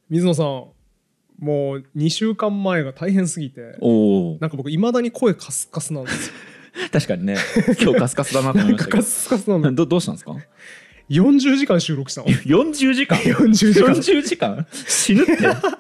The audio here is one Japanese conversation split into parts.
水野さん、もう2週間前が大変すぎて、 おなんか僕いまだに声カスカスなんですよ。 確かにね、今日カスカスだなと思いましたけなんかカスカスなんだ。 どどうしたんですか？ 40時間収録したの。 40時間 40時間 40時間死ぬって。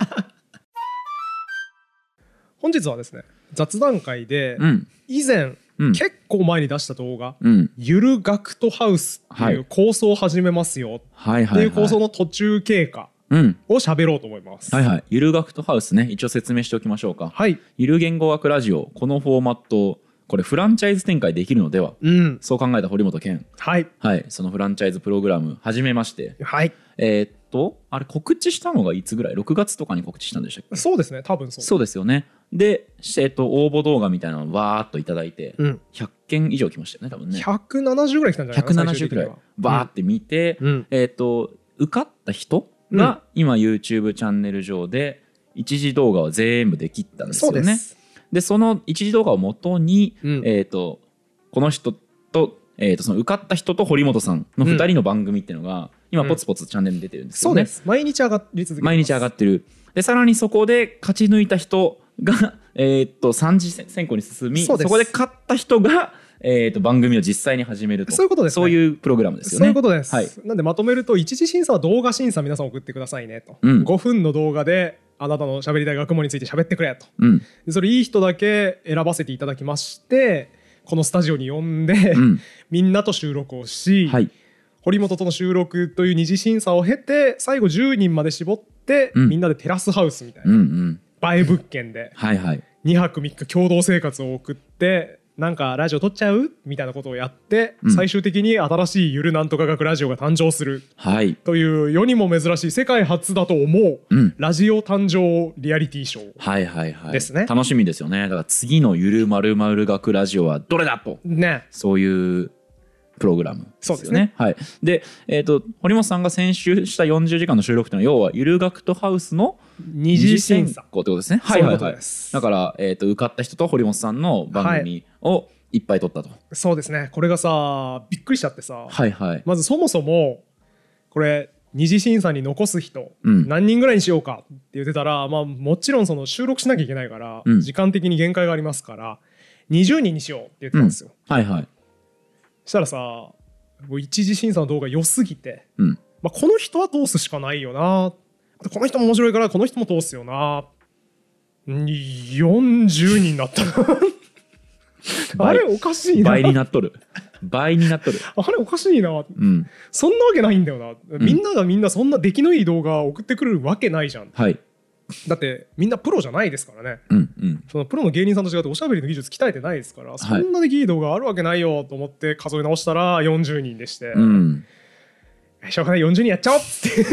本日はですね、雑談会でうん以前、 うん結構前に出した動画、 うんゆるガクトハウスっていう構想を始めますよはいはいはいっていう構想の途中経過うんを喋ろうと思います。 はいはい。ゆる学徒ハウスね、一応説明しておきましょうか。 はい。 ゆる言語学ラジオ、このフォーマット、これフランチャイズ展開できるのでは、 うん。 そう考えた堀本健。 はい。 はい、そのフランチャイズプログラム始めまして、 はい。 あれ告知したのがいつぐらい ?6 月とかに告知したんでしたっけ？ そうですね。多分そう。 そうですよね。で、応募動画みたいなのをわーっといただいて、 うん。 100件以上来ましたよね、多分ね。 170ぐらい来たんじゃないかな。 170くらいバーって見て、 うん。 受かった人が今 YouTube チャンネル上で一時動画を全部できったんですよね。 そうです。 でその一時動画をもとに、 うんこの人と、その受かった人と堀本さんの2人の番組っていうのが、今ポツポツチャンネルに出てるんですよね。 そうです。毎日上がり続けてます。 毎日上がってる。でさらにそこで勝ち抜いた人が、3次選考に進み、 そうです。 そこで勝った人が、番組を実際に始めると。 そういうことですね。 そういうプログラムですよね。 そういうことです。 はい、 なんでまとめると、一次審査は動画審査皆さん送ってくださいねと。 うん 5分の動画であなたの喋りたい学問について喋ってくれと。 うんでそれいい人だけ選ばせていただきまして、このスタジオに呼んで、 うんみんなと収録をし、 はい堀本との収録という二次審査を経て、最後10人まで絞って、 うんみんなでテラスハウスみたいうんうなん映え物件ではいはい 2泊3日共同生活を送って、なんかラジオ撮っちゃうみたいなことをやって、 うん最終的に新しいゆるなんとか学ラジオが誕生するはいという世にも珍しい世界初だと思う、 うんラジオ誕生リアリティショーはいはいはいですね。 楽しみですよね。だから次のゆるまるまる学ラジオはどれだと、 ね。 そういうプログラムですよね。 そうですね。 はい。で、堀本さんが先週した40時間の収録というのは、要はゆる学徒ハウスの二次審査ってことですね。 そういうことです。 だから、受かった人と堀本さんの番組をいっぱい撮ったと。 そうですね。これがさ、びっくりしちゃってさ、 はいはい。 まずそもそもこれ二次審査に残す人、 うん何人ぐらいにしようかって言ってたら、まあ、もちろんその収録しなきゃいけないから、 うん時間的に限界がありますから20人にしようって言ってたんですよ。 はいはい。 そしたらさ、もう一次審査の動画良すぎて、 うん。 まあ、この人は通すしかないよな、あとこの人も面白いからこの人も通すよな、40人になったなあれおかしいな、 倍になっとる。倍になっとる。 あれおかしいな、 うん。 そんなわけないんだよな、みんながみんなそんな出来のいい動画を送ってくるわけないじゃん。 はい。 だってみんなプロじゃないですからね。 うんうん。 そのプロの芸人さんと違っておしゃべりの技術鍛えてないですから、そんな出来いい動画あるわけないよと思って数え直したら40人でして、 うん。 しょうがない40人やっちゃおうっつって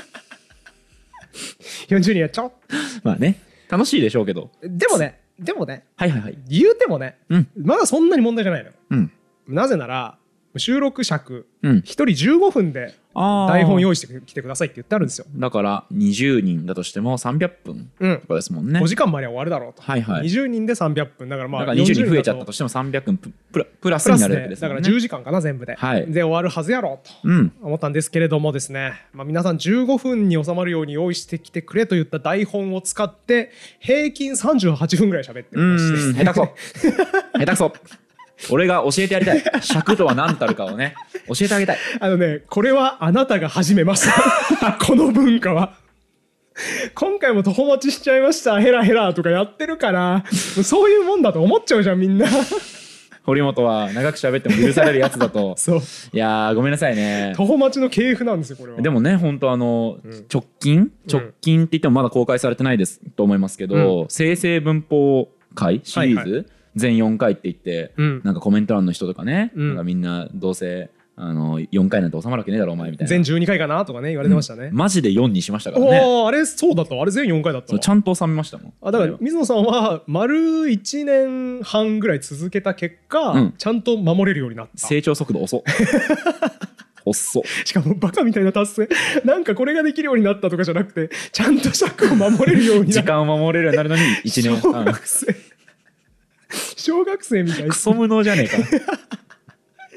40人やっちゃおう。 まあね、楽しいでしょうけど。 でもねはいはいはい。 言うてもね、 うんまだそんなに問題じゃないのよ。 うん。 なぜなら収録尺うん 1人15分であー台本用意してきてくださいって言ってあるんですよ。 だから20人だとしても300分うんとかですもんね。 5時間までは終わるだろうと、 はいはい。 20人で300分だから、まあだから20人増えちゃった 40 としても300分プラスプラスになるわけでだからですもんね。 10時間かな全部で、 はいで終わるはずやろうとうん。 思ったんですけれどもですね、まあ、皆さん15分に収まるように用意してきてくれといった台本を使って平均38分ぐらい喋ってまして下手くそ下手くそ俺が教えてやりたい。尺とは何たるかをね教えてあげたい。 これはあなたが始めましたこの文化は今回も徒歩待ちしちゃいましたヘラヘラとかやってるから、もうそういうもんだと思っちゃうじゃんみんな堀本は長く喋っても許されるやつだとそういやーごめんなさいね。 徒歩待ちの系譜なんですよこれは。 でもね本当直近って言ってもまだ公開されてないですと思いますけど、生成文法会シリーズ、 はい全4回って言って、 うんなんかコメント欄の人とかね、 うんなんかみんなどうせ4回なんて収まるわけねえだろお前みたいな。 全12回かなとかね言われてましたね、 マジで4にしましたからね。 おおあれそうだったわ、あれ全4回だったわ。 そうちゃんと収めましたもん。 だから水野さんは丸1年半ぐらい続けた結果、 うんちゃんと守れるようになった。 成長速度遅っ遅っしかもバカみたいな達成なんかこれができるようになったとかじゃなくて、ちゃんと尺を守れるようにな時った間を守れるようになるのに1年小半学生小学生みたいクソ無能じゃねえか。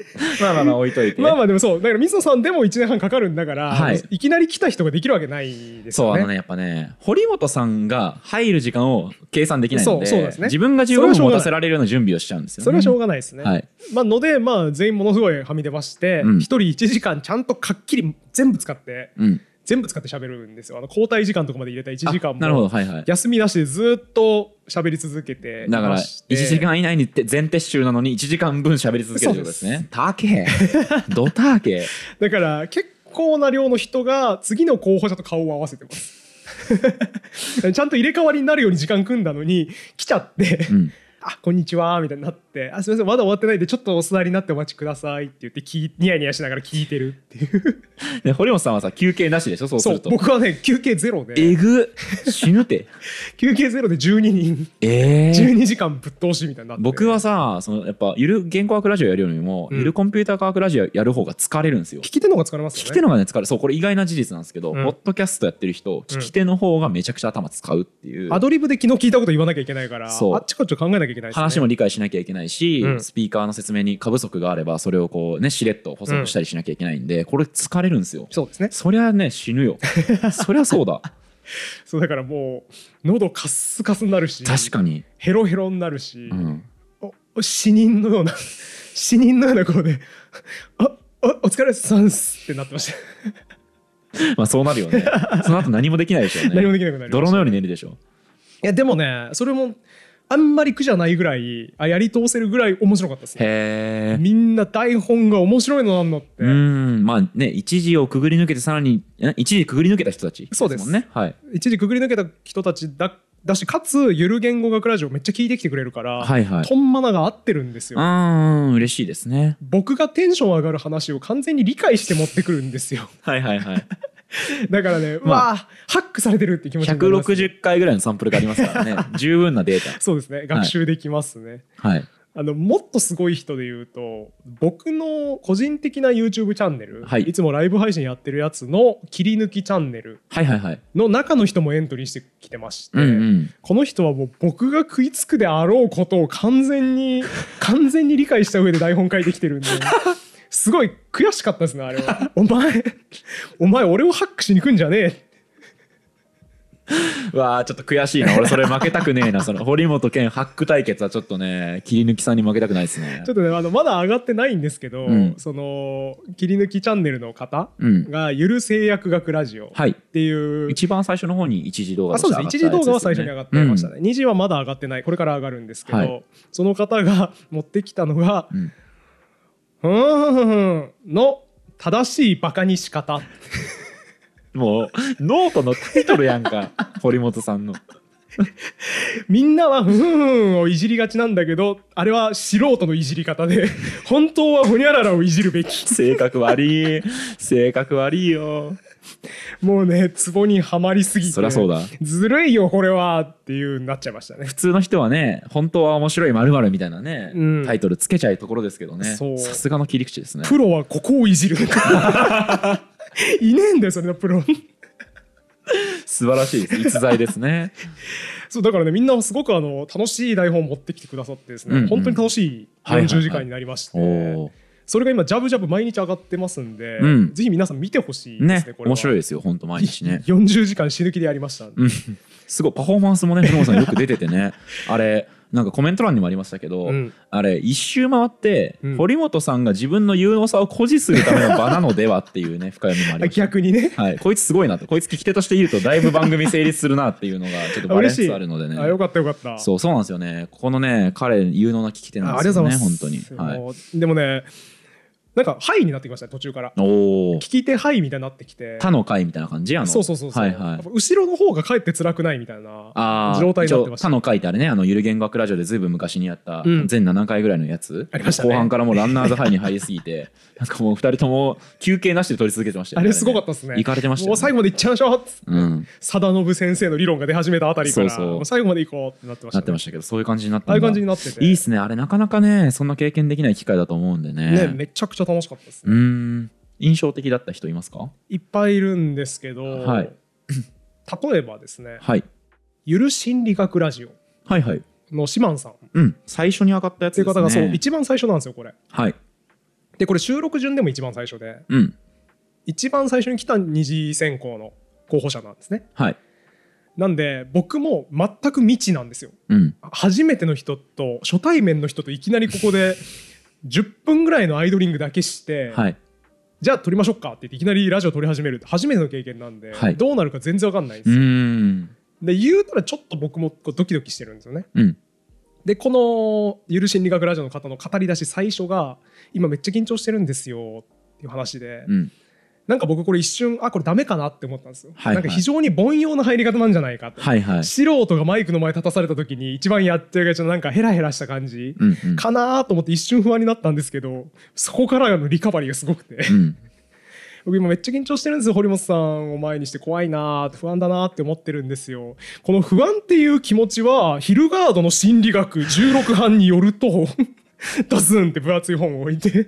まあまあまあ置いといて。 まあまあでもそうだから水野さんでも1年半かかるんだから、 はい、 いきなり来た人ができるわけないですよね。 そうやっぱね堀本さんが入る時間を計算できないので、 そうですね、 自分が15分持たせられるような準備をしちゃうんですよね。 それはしょうがないですね。 はい、 まあのでまあ全員ものすごいはみ出まして、1人1時間ちゃんとかっきり全部使って、全部使って喋るんですよ。交代時間とかまで入れた1時間も休みなしでずっと喋り続けてだから1時間以内に全撤収なのに1時間分喋り続けるってことですね。たけドタケだから結構な量の人が次の候補者と顔を合わせてますちゃんと入れ替わりになるように時間組んだのに来ちゃってあこんにちはみたいになってすみませんまだ終わってないんでちょっとお座りになってお待ちくださいって言ってニヤニヤしながら聞いてるっていうで堀本さんはさ休憩なしでしょ。そうすると僕はね休憩ゼロでえぐ死ぬて休憩ゼロで12人、12時間ぶっ通しみたいになって。 僕はさやっぱゆる言語学ラジオやるよりも、ゆるコンピューター科学ラジオやる方が疲れるんですよ。 聞き手の方が疲れますよね。 聞き手の方がね疲れる。そうこれ意外な事実なんですけど、ポッドキャストやってる人聞き手の方がめちゃくちゃ頭使うっていう、 アドリブで昨日聞いたこと言わなきゃいけないからあっちこっち考えなきゃいけないですね。 話も理解しなきゃいけないし、スピーカーの説明に過不足があればそれをこうねしれっと補足したりしなきゃいけないんで、これ疲れるんですよ。 そうですね。 そりゃね死ぬよそりゃそうだそうだからもう喉カッスカスになるし確かにヘロヘロになるし、死人のような死人のような声でお疲れさんですってなってましたまあそうなるよねその後何もできないでしょうね。何もできなくなる。泥のように寝るでしょ。 いやでもねそれもあんまり苦じゃないぐらいやり通せるぐらい面白かったですね。 へー。 みんな台本が面白いのなんのってまあね一時をくぐり抜けてさらに一時くぐり抜けた人たちですもんね。 そうです、はい、一時くぐり抜けた人たちだしかつゆる言語学ラジオめっちゃ聞いてきてくれるから、トンマナが合ってるんですよ。 嬉しいですね。 僕がテンション上がる話を完全に理解して持ってくるんですよはいはいはいだからね、わあハックされてるって気持ちになります、ね、 160回ぐらいのサンプルがありますからね十分なデータそうですね学習できますね。 はい、 もっとすごい人で言うと僕の個人的な YouTube チャンネル、いつもライブ配信やってるやつの切り抜きチャンネルの中の人もエントリーしてきてまして、この人はもう僕が食いつくであろうことを完全に理解した上で台本書いてきてるんですごい悔しかったですねあれはお前俺をハックしに来んじゃねえわあちょっと悔しいな。俺それ負けたくねえなその堀本健ハック対決はちょっとね切り抜きさんに負けたくないですね。 ちょっとねまだ上がってないんですけど、その切り抜きチャンネルの方がゆる製薬学ラジオっていう、 一番最初の方に一時動画そうです一時動画は最初に上がってましたね。二次はまだ上がってないこれから上がるんですけど、その方が持ってきたのがの正しいバカに仕方もうノートのタイトルやんか堀本さんのみんなはふんをいじりがちなんだけどあれは素人のいじり方で本当はほにゃららをいじるべき性格悪いよもうねツボにはまりすぎてそりゃそうだずるいよこれはっていうなっちゃいましたね。 普通の人はね本当は面白い〇〇みたいなね、タイトルつけちゃうところですけどね。さすがの切り口ですね。 プロはここをいじるいねえんだよそれのプロ素晴らしいです逸材ですねそうだからねみんなすごく楽しい台本を持ってきてくださってですね、本当に楽しい40時間になりまして、それが今ジャブジャブ毎日上がってますんで、ぜひ皆さん見てほしいですね。これは面白いですよ本当毎日ね 40時間死ぬ気でやりましたんで、 すごいパフォーマンスもね古本さんよく出ててねあれなんかコメント欄にもありましたけど、あれ一周回って、堀本さんが自分の有能さを誇示するための場なのではっていうね深読みもありました。 逆にね、 こいつすごいなとこいつ聞き手としているとだいぶ番組成立するなっていうのがちょっとバランスあるのでねよかったよかった。 そうなんですよね。ここのね彼有能な聞き手なんですよね本当に。 でもねなんかハイになってきましたね途中から。聞き手ハイみたいになってきて他の回みたいな感じそう、後ろの方がかえって辛くないみたいな状態になってました。 他の回ってあれねゆる言語学ラジオでずいぶん昔にやった全7回ぐらいのやつ、後半からもうランナーズハイに入りすぎてなんかもう2人とも休憩なしで撮り続けてましたよね。 あれすごかったですね。 行かれてましたよね。 もう最後まで行っちゃいましょうっつって貞信先生の理論が出始めたあたりから最後まで行こうってなってましたね。 なってましたけどそういう感じになってああいう感じになってていいっすね。あれなかなかねそんな経験できない機会だと思うんでねめちゃくちゃ楽しかったですね。 印象的だった人いますか？ いっぱいいるんですけど、例えばですね、ゆる心理学ラジオのシマンさん、 最初に上がったやつですね。 っていう方がそう一番最初なんですよこれ。 でこれ収録順でも一番最初で、一番最初に来た二次選考の候補者なんですね。なんで僕も全く未知なんですよ。初めての人と初対面の人といきなりここで10分ぐらいのアイドリングだけして、じゃあ撮りましょうかって言っていきなりラジオ撮り始めるって初めての経験なんで、どうなるか全然わかんないんですよ。で言うたらちょっと僕もドキドキしてるんですよね。でこのゆる心理学ラジオの方の語り出し最初が今めっちゃ緊張してるんですよっていう話で、なんか僕これ一瞬これダメかなって思ったんですよ。なんか非常に凡庸な入り方なんじゃないかと、素人がマイクの前立たされた時に一番やってるがちのなんかヘラヘラした感じかなと思って一瞬不安になったんですけど、そこからのリカバリーがすごくて、僕今めっちゃ緊張してるんですよ。堀本さんを前にして怖いな不安だなって思ってるんですよ。この不安っていう気持ちはヒルガードの心理学16版によるとドスンって分厚い本を置いて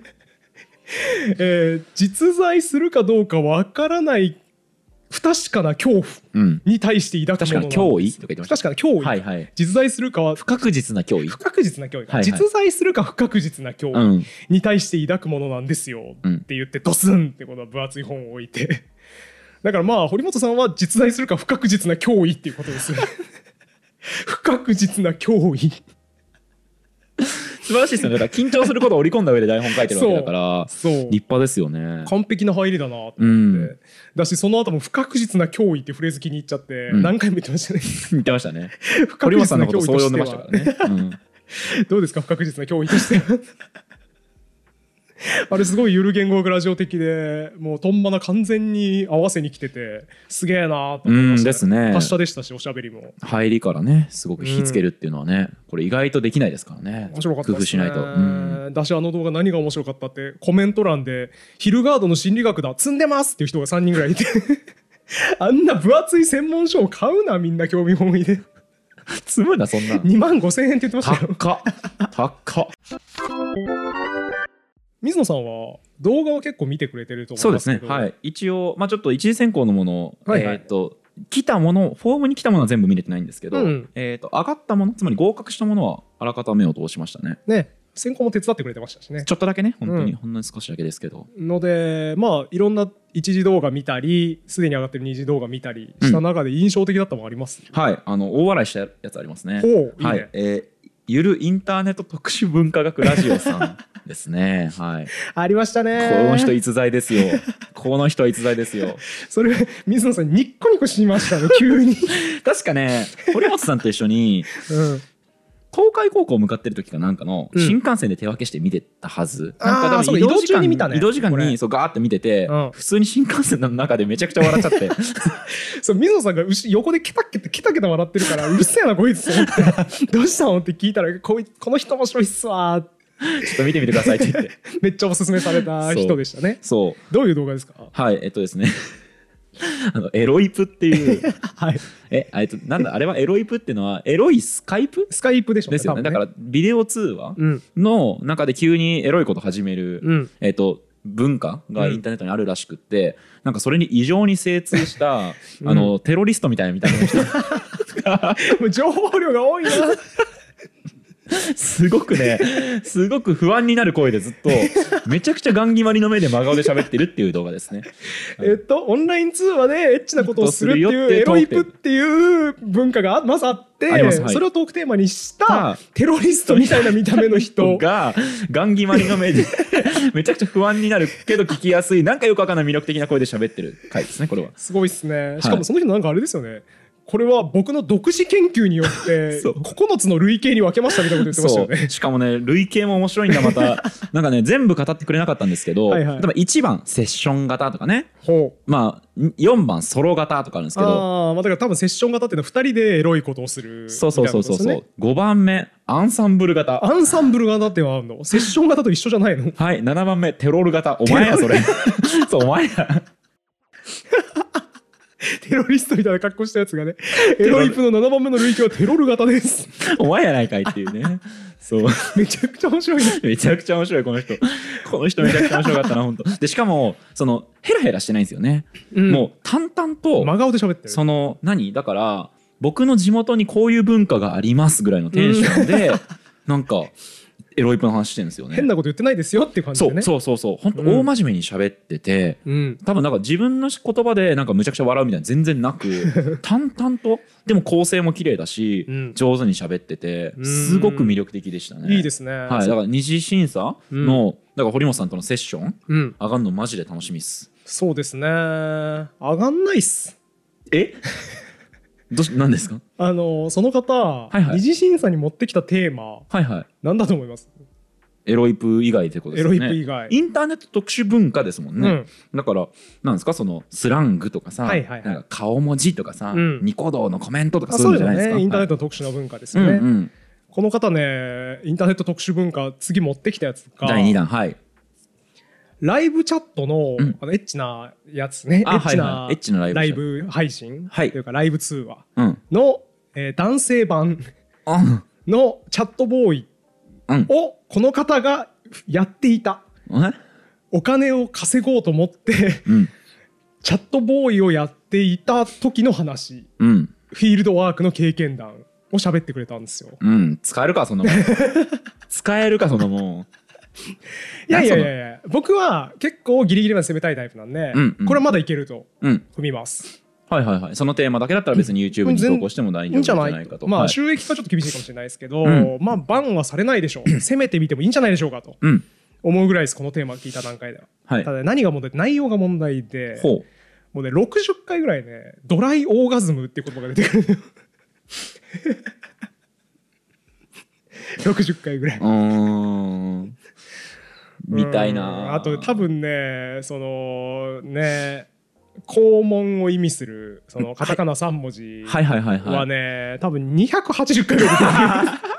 実在するかどうかわからない不確かな恐怖に対して抱くものなんです。 脅威とか言ってました。 不確かな脅威、実在するかは不確実な脅威、 実在するか不確実な脅威に対して抱くものなんですよって言ってドスンってこの分厚い本を置いてだからまあ堀本さんは実在するか不確実な脅威っていうことです不確実な脅威素晴らしいですよね。だから緊張することを織り込んだ上で台本書いてるわけだから立派ですよね。 完璧な入りだなと思って、だしその後も不確実な脅威ってフレーズ気に入っちゃって、何回も言ってましたね言ってましたね。堀本さんのことそう呼んでましたからね、 どうですか不確実な脅威としてあれすごいゆる言語学ラジオ的でもうトンマナ完全に合わせに来ててすげえなと思いました、 ですね。 達者でしたしおしゃべりも入りからねすごく引きつけるっていうのはね、これ意外とできないですからね。 面白かったですね。 工夫しないと。 だし動画何が面白かったってコメント欄でヒルガードの心理学だ積んでますっていう人が3人ぐらいいてあんな分厚い専門書を買うなみんな興味本位で積むなそんな 2万5,000円って言ってましたよ。 高っ水野さんは動画を結構見てくれてると思いますけど。 そうですね、一応、ちょっと一次選考のもの、来たものフォームに来たものは全部見れてないんですけど、上がったものつまり合格したものはあらかた目を通しましたね。 選考も手伝ってくれてましたしね。 ちょっとだけね本当に、ほんのに少しだけですけどのでいろんな一次動画見たりすでに上がってる二次動画見たりした中で印象的だったものあります？ 大笑いしたやつありますね。ゆるインターネット特殊文化学ラジオさんですね。 ありましたね。 この人逸材ですよ。この人逸材ですよ。 それ水野さんニッコニコしましたね急に確かね堀本さんと一緒に、東海高校向かってる時かなんかの新幹線で手分けして見てたはず、なんか多分移動時間にガーって見てて、普通に新幹線の中でめちゃくちゃ笑っちゃってそう水野さんが横でケタケタ笑ってるからうるせえなこいつってどうしたのって聞いたらこの人面白いっすわちょっと見てみてくださいって言ってめっちゃおすすめされた人でしたね。 そうどういう動画ですか？ ですねエロイプっていうなんだあれはエロイプっていうのはエロいスカイプでしょうね。 ですよね。だからビデオ通話の中で急にエロいこと始める、文化がインターネットにあるらしくって、なんかそれに異常に精通したテロリストみたいな人もう情報量が多いなすごく不安になる声でずっとめちゃくちゃガン決まりの目で真顔で喋ってるっていう動画ですね。 オンライン通話でエッチなことをするっていうエロイプっていう文化がまずあって、それをトークテーマにしたテロリストみたいな見た目の人がガン決まりの目でめちゃくちゃ不安になるけど聞きやすいなんかよくわかんない魅力的な声で喋ってる回ですね。これはすごいっすね。しかもその人なんかあれですよね、これは僕の独自研究によって9つの類型に分けましたみたいなこと言ってましたよね。 しかもね類型も面白いんだまたなんかね全部語ってくれなかったんですけど例えば1番セッション型とかね、4番ソロ型とかあるんですけど、 だから多分セッション型っていうのは2人でエロいことをするみたいなことですね。 5番目アンサンブル型っていうのはあるの？セッション型と一緒じゃないの 7番目テロール型お前やそれそうお前やテロリストみたいな格好したやつがねエロイプの7番目の類型はテロル型ですお前やないかいっていうねそうめちゃくちゃ面白いねめちゃくちゃ面白いこの人めちゃくちゃ面白かったな本当でしかもヘラヘラしてないんですよね、もう淡々と真顔で喋ってるだから僕の地元にこういう文化がありますぐらいのテンションでなんかエロイプの話してるんですよね。 変なこと言ってないですよっていう感じでね。 そう本当大真面目に喋ってて、多分なんか自分の言葉でなんかむちゃくちゃ笑うみたいな全然なく淡々と、でも構成も綺麗だし、上手に喋っててすごく魅力的でしたね。 いいですね。 はい、だから二次審査の、だから堀本さんとのセッション、上がるのマジで楽しみっす。 そうですね。上がんないっす。 何ですか？ その方、二次審査に持ってきたテーマ、なんだと思います？ エロイプ以外ってことですよね。 エロイプ以外。 インターネット特殊文化ですもんね。だからなんですか、そのスラングとかさ、なんか顔文字とかさ、ニコ動のコメントとかそういうのじゃないですか。 インターネットの特殊な文化ですよね。この方ね、インターネット特殊文化次持ってきたやつが第2弾、はい。 ライブチャットのエッチなやつね、エッチなライブ配信というかライブ通話の男性版のチャットボーイをこの方がやっていた。お金を稼ごうと思ってチャットボーイをやっていた時の話、フィールドワークの経験談を喋ってくれたんですよ。 使えるかそんなもん。使えるかそんなもん。 いや僕は結構ギリギリまで攻めたいタイプなんで、これはまだいけると踏みます。 そのテーマだけだったら別に YouTube に投稿しても大丈夫じゃないかと。 まあ収益化ちょっと厳しいかもしれないですけど、まあバンはされないでしょう。攻めてみてもいいんじゃないでしょうかと思うぐらいです、このテーマ聞いた段階では。ただ何が問題って内容が問題で、もうね60回ぐらいねドライオーガズムっていう言葉が出てくる。60回ぐらいみたいな。 あと多分ね、そのね、肛門を意味するそのカタカナ3文字はね、多分280回ぐらい出てくる。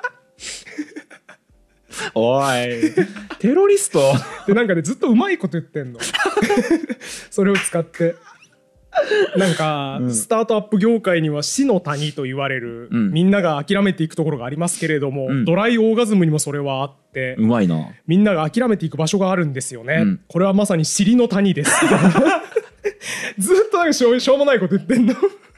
おいテロリストでなんかねずっとうまいこと言ってんの。それを使ってなんか、スタートアップ業界には死の谷と言われる、みんなが諦めていくところがありますけれども、ドライオーガズムにもそれはあって、 うまいな、 みんなが諦めていく場所があるんですよね、これはまさに尻の谷です。ずっとなんかしょうもないこと言ってんの。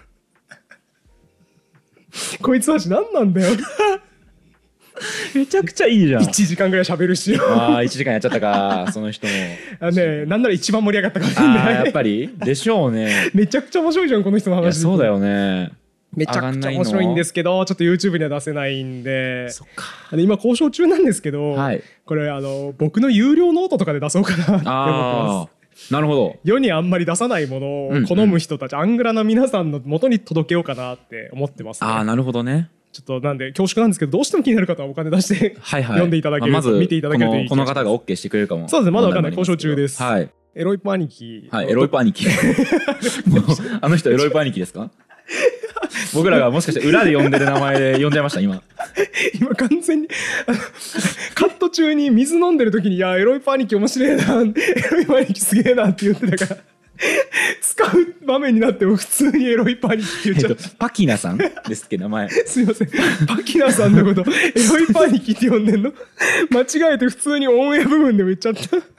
こいつマジ何なんだよ。 めちゃくちゃいいじゃん。 1時間ぐらい喋るし。 1時間やっちゃったか。その人もなんなら一番盛り上がったかもしれない。 やっぱりでしょうね。 めちゃくちゃ面白いじゃんこの人の話。 そうだよね。 めちゃくちゃ面白いんですけど、ちょっと YouTube には出せないんで、今交渉中なんですけど、これ僕の有料ノートとかで出そうかなって思ってます。 なるほど。 世にあんまり出さないものを好む人たち、アングラな皆さんの元に届けようかなって思ってますね。 なるほどね。 ちょっとなんで恐縮なんですけど、どうしても気になる方はお金出して読んでいただけると、見ていただけるといい。 この方が OK してくれるかも。 そうですね、まだわかんない、交渉中です。エロイプ兄貴。 エロイプ兄貴。あの人エロイプ兄貴ですか？僕らがもしかして裏で呼んでる名前で呼んじゃいました今。 今完全にカット中に水飲んでる時に、いやエロイプ兄貴面白いな、エロイプ兄貴すげえなって言ってたから、使う場面になっても普通にエロイプ兄貴って言っちゃう。 パキナさんですっけ名前。 すいません、パキナさんのことエロイプ兄貴って呼んでんの。間違えて普通にオンエア部分でも言っちゃった。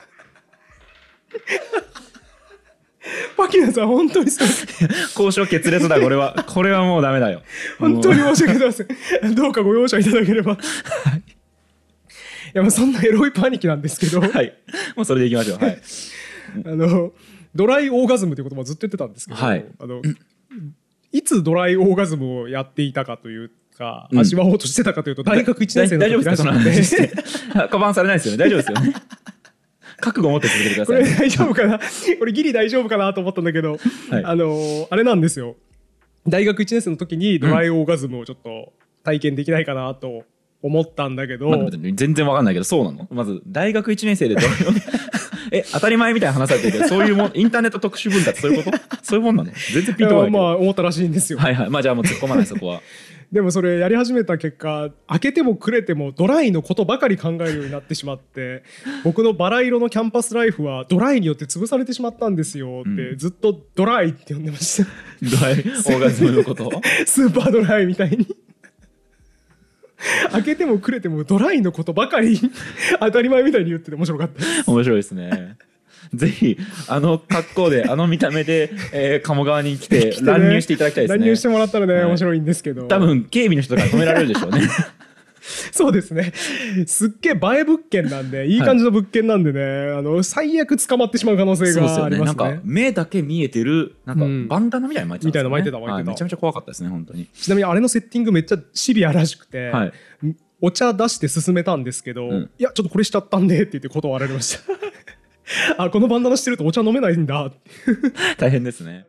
パキナさん本当にすいません。 交渉決裂だこれは。これはもうダメだよ。 本当に申し訳ございません。どうかご容赦いただければ。いやまあそんなエロイプ兄貴なんですけど、 もうそれでいきましょう。 ドライオーガズムという言葉をずっと言ってたんですけど、いつドライオーガズムをやっていたかというか、味わおうとしてたかというと、大学1年生の時らしいので。 カバンされないですよね。大丈夫ですよね。覚悟を持って続けてください。 これ大丈夫かな。これギリ大丈夫かなと思ったんだけど、あれなんですよ。大学1年生の時にドライオーガズムをちょっと体験できないかなと思ったんだけど、 全然わかんないけど、そうなの？まず大学1年生でドライオー当たり前みたいな話されてるけど、そういうもん、インターネット特殊文化ってそういうこと？そういうもんなの？全然ピンとこないけど。 まあ思ったらしいんですよ。 まあじゃあもう突っ込まないそこは。 でもそれやり始めた結果、開けてもくれてもドライのことばかり考えるようになってしまって、僕のバラ色のキャンパスライフはドライによって潰されてしまったんですよって、ずっとドライって呼んでました。 ドライオーガズムのことスーパードライみたいに。開けてもくれてもドライのことばかり当たり前みたいに言ってて面白かったです。 面白いですね。ぜひ格好で見た目で、鴨川に来て乱入していただきたいですね。 乱入してもらったらね、面白いんですけど、 多分警備の人とか止められるでしょうね。 そうですね。すっげえ映え物件なんで、いい感じの物件なんでね、最悪捕まってしまう可能性がありますね。 なんか目だけ見えてるなんかバンダナみたいなの巻いてたんですよね。みたいな巻いてた。めちゃめちゃ怖かったですね本当に。 ちなみにあれのセッティングめっちゃシビアらしくて、お茶出して進めたんですけど、いやちょっとこれしちゃったんでって言って断られましたあ、このバンダナしてるとお茶飲めないんだ大変ですね。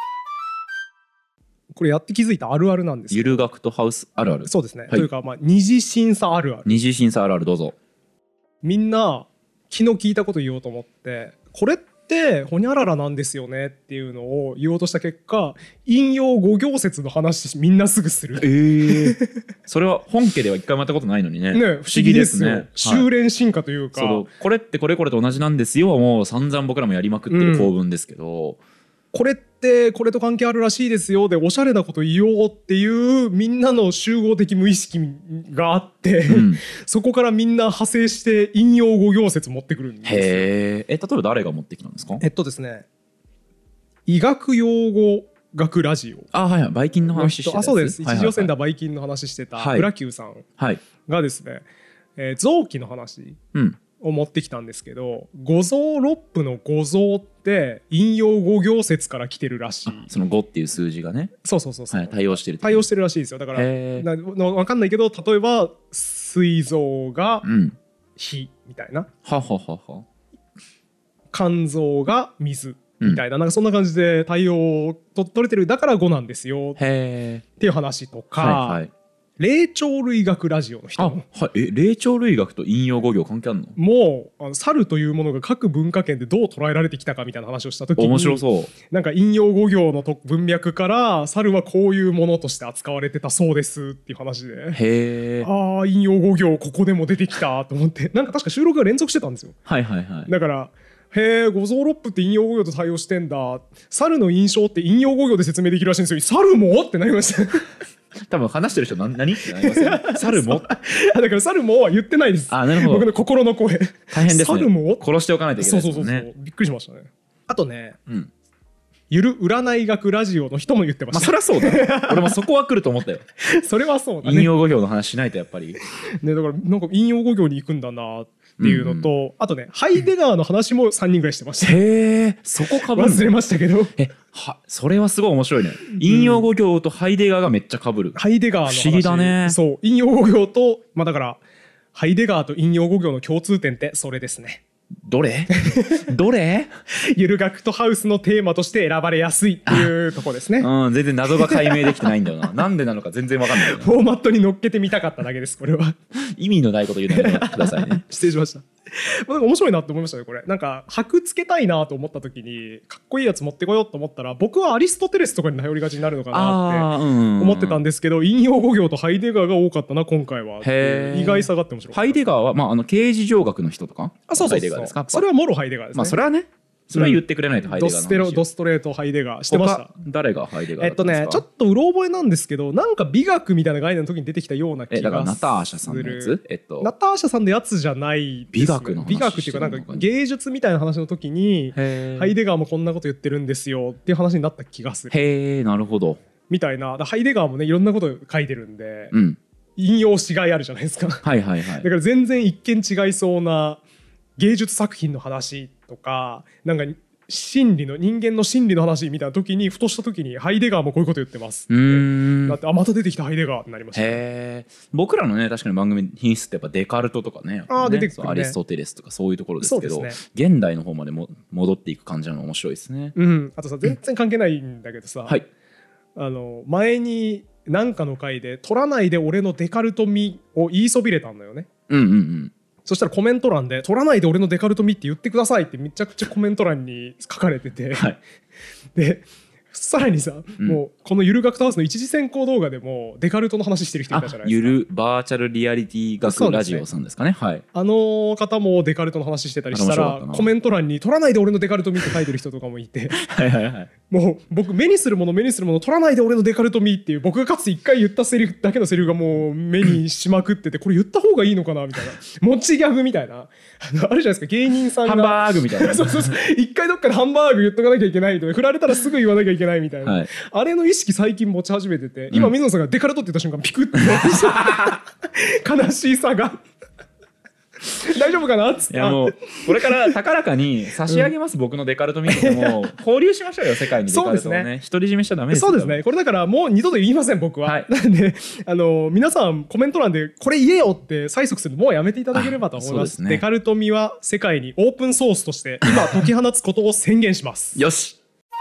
これやって気づいたあるあるなんですゆる学徒ハウスあるある。 そうですね、というか二次審査あるある。 二次審査あるあるどうぞ。 みんな昨日聞いたこと言おうと思ってこれってほにゃららなんですよねっていうのを言おうとした結果引用5行説の話みんなすぐする。 それは本家では一回もやったことないのにね。 不思議ですね。修練進化というか、 これってこれこれと同じなんですよ。もう散々僕らもやりまくってる構文ですけど、 これってこれと関係あるらしいですよでおしゃれなこと言おうっていうみんなの集合的無意識があって、そこからみんな派生して引用5行説持ってくるんですよ。 例えば誰が持ってきたんですか？ ですね、医学用語学ラジオ。 はいはい、バイキンの話してたやつ。 そうです。一次予選ではバイキンの話してたブラキューさんがですね、臓器の話を持ってきたんですけど、五臓六腑の五臓って引用5行説から来てるらしい。 その5っていう数字がね、 そう、 対応してるらしいですよ。だから分かんないけど、例えば膵臓が火みたいな、肝臓が水みたいな、なんかそんな感じで対応取れてる、だから5なんですよっていう話とか、霊長類学ラジオの人も、 霊長類学と引用語行関係あるの？ もう猿というものが各文化圏でどう捉えられてきたかみたいな話をした時に、 面白そう。 なんか引用語行の文脈から猿はこういうものとして扱われてたそうですっていう話で、引用語行ここでも出てきたと思って、なんか確か収録が連続してたんですよ。だから五臓六腑って引用語行と対応してんだ。猿の印象って引用語行で説明できるらしいんですよ。猿もってなりました多分話してる人何ってなりますよね。猿もだから猿もは言ってないです。 なるほど。 僕の心の声。 大変ですね。 猿も殺しておかないといけないですもんね。 そうびっくりしましたね。あとね、ゆる占い学ラジオの人も言ってました。 そりゃそうだ。俺もそこは来ると思ったよ。 それはそうだね。 引用語行の話しないとやっぱり。 ね、だからなんか引用語行に行くんだなっていうのと、あとねハイデガーの話も3人ぐらいしてました。 そこかぶる。 忘れましたけど。 それはすごい面白いね。引用語行とハイデガーがめっちゃかぶる。 ハイデガーの話。 不思議だね。 そう、引用語行とだからハイデガーと引用語行の共通点ってそれですね。 どれゆる学徒ハウスのテーマとして選ばれやすいっていうところですね。 全然謎が解明できてないんだよな。なんでなのか全然わかんない。 フォーマットに乗っけてみたかっただけです。これは意味のないこと言うのやめてくださいね。 失礼しました。面白いなって思いましたね。これなんか箔つけたいなと思った時にかっこいいやつ持ってこようと思ったら、僕はアリストテレスとかに頼りがちになるのかなって思ってたんですけど、引用語行とハイデガーが多かったな今回は。意外さがあって面白い。 ハイデガーは形而上学の人とか。 そうそれはモロハイデガーですね。 それはね、それは言ってくれないとハイデガーの話。 ドストレートハイデガーしてました。 誰がハイデガーだったんですか？ ちょっとうろ覚えなんですけど、なんか美学みたいな概念の時に出てきたような気がする。 だからナターシャさんのやつ？ ナターシャさんのやつじゃないですね。 美学の話。 美学っていうかなんか芸術みたいな話の時にハイデガーもこんなこと言ってるんですよっていう話になった気がする。 なるほど。 みたいな。ハイデガーもねいろんなこと書いてるんで、引用しがいあるじゃないですか。だから全然一見違いそうな芸術作品の話とか、なんか人間の心理の話みたいな時にふとした時にハイデガーもこういうこと言ってますってだって、また出てきたハイデガーってなりました。 僕らのね確かに番組品質ってやっぱデカルトとかね、 出てくるね、 アリストテレスとかそういうところですけど、現代の方までも戻っていく感じなの面白いですね。 あとさ、全然関係ないんだけどさ、前に何かの回で取らないで俺のデカルト味を言いそびれたんだよね。そしたらコメント欄で取らないで俺のデカルト味って言ってくださいってめちゃくちゃコメント欄に書かれてて、でさらにさ、もうこのゆる学徒ハウスの一次選考動画でもデカルトの話してる人いたじゃないですか。 ゆるバーチャルリアリティ学ラジオさんですかね。 あの方もデカルトの話してたりしたらコメント欄に取らないで俺のデカルト味って書いてる人とかもいてもう僕目にするもの取らないで俺のデカルト味っていう僕がかつて一回言ったセリフだけのセリフがもう目にしまくってて、これ言った方がいいのかなみたいな持ちギャグみたいなあるじゃないですか、芸人さんがハンバーグみたいな一回どっかでハンバーグ言っとかなきゃいけないとか振られたらすぐ言わなきゃいけないけないみたいな、あれの意識最近持ち始めてて、今水野さんがデカルトって言った瞬間ピクッてなって悲しさが大丈夫かなっつって。 いやもうこれから高らかに差し上げます、僕のデカルトミートでも交流しましょうよ、世界にデカルトをね。独り占めしちゃダメですよ。 そうですね。これだからもう二度と言いません、僕は。なんで皆さんコメント欄でこれ言えよって催促するのもうやめていただければと思います。デカルトミは世界にオープンソースとして今解き放つことを宣言します。 よし。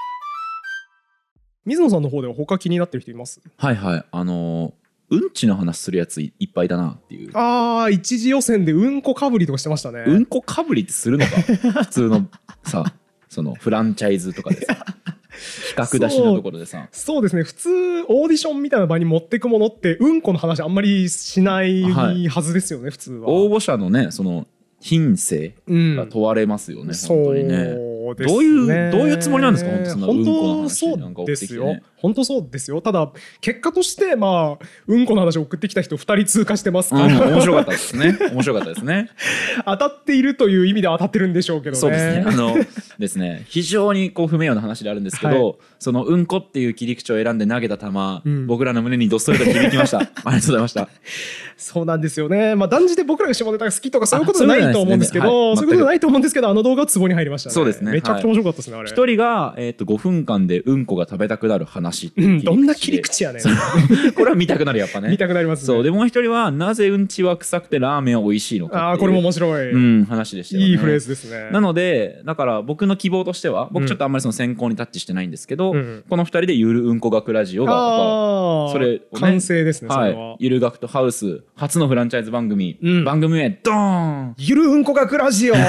水野さんの方では他気になってる人います？ はいはい、うんちの話するやついっぱいだなっていう。 一次予選でうんこかぶりとかしてましたね。 うんこかぶりってするのか普通のさ、そのフランチャイズとかでさ企画出しのところでさ。 そうですね、普通オーディションみたいな場に持ってくものってうんこの話あんまりしないはずですよね、普通は。 応募者のね、その品性が問われますよね、本当にね。どういうつもりなんですか、本当そうですよ。本当そうですよ。ただ結果としてうんこの話を送ってきた人2人通過してますから、 面白かったですね。面白かったですね。 当たっているという意味では当たってるんでしょうけどね。 そうですね。ですね、非常に不名誉な話であるんですけど、そのうんこっていう切り口を選んで投げた球、僕らの胸にどっそりと響きました。ありがとうございました。 そうなんですよね。断じて僕らが下ネタが好きとかそういうことじゃないと思うんですけど、そういうことじゃないと思うんですけど、あの動画はツボに入りましたね。 そうですね。 めちゃくちゃ面白かったですね、あれ。 一人が5分間でうんこが食べたくなる話。 どんな切り口やねん。 これは見たくなる、やっぱね。 見たくなりますね。 そうで、もう一人はなぜうんちは臭くてラーメンは美味しいのか。 これも面白い話でしたよね。 いいフレーズですね。 なのでだから僕の希望としては、僕ちょっとあんまりその選考にタッチしてないんですけど、この2人でゆるうんこ学ラジオがそれ完成ですね。それはゆる学とハウス初のフランチャイズ番組、番組名ドーン、 ゆるうんこ学ラジオ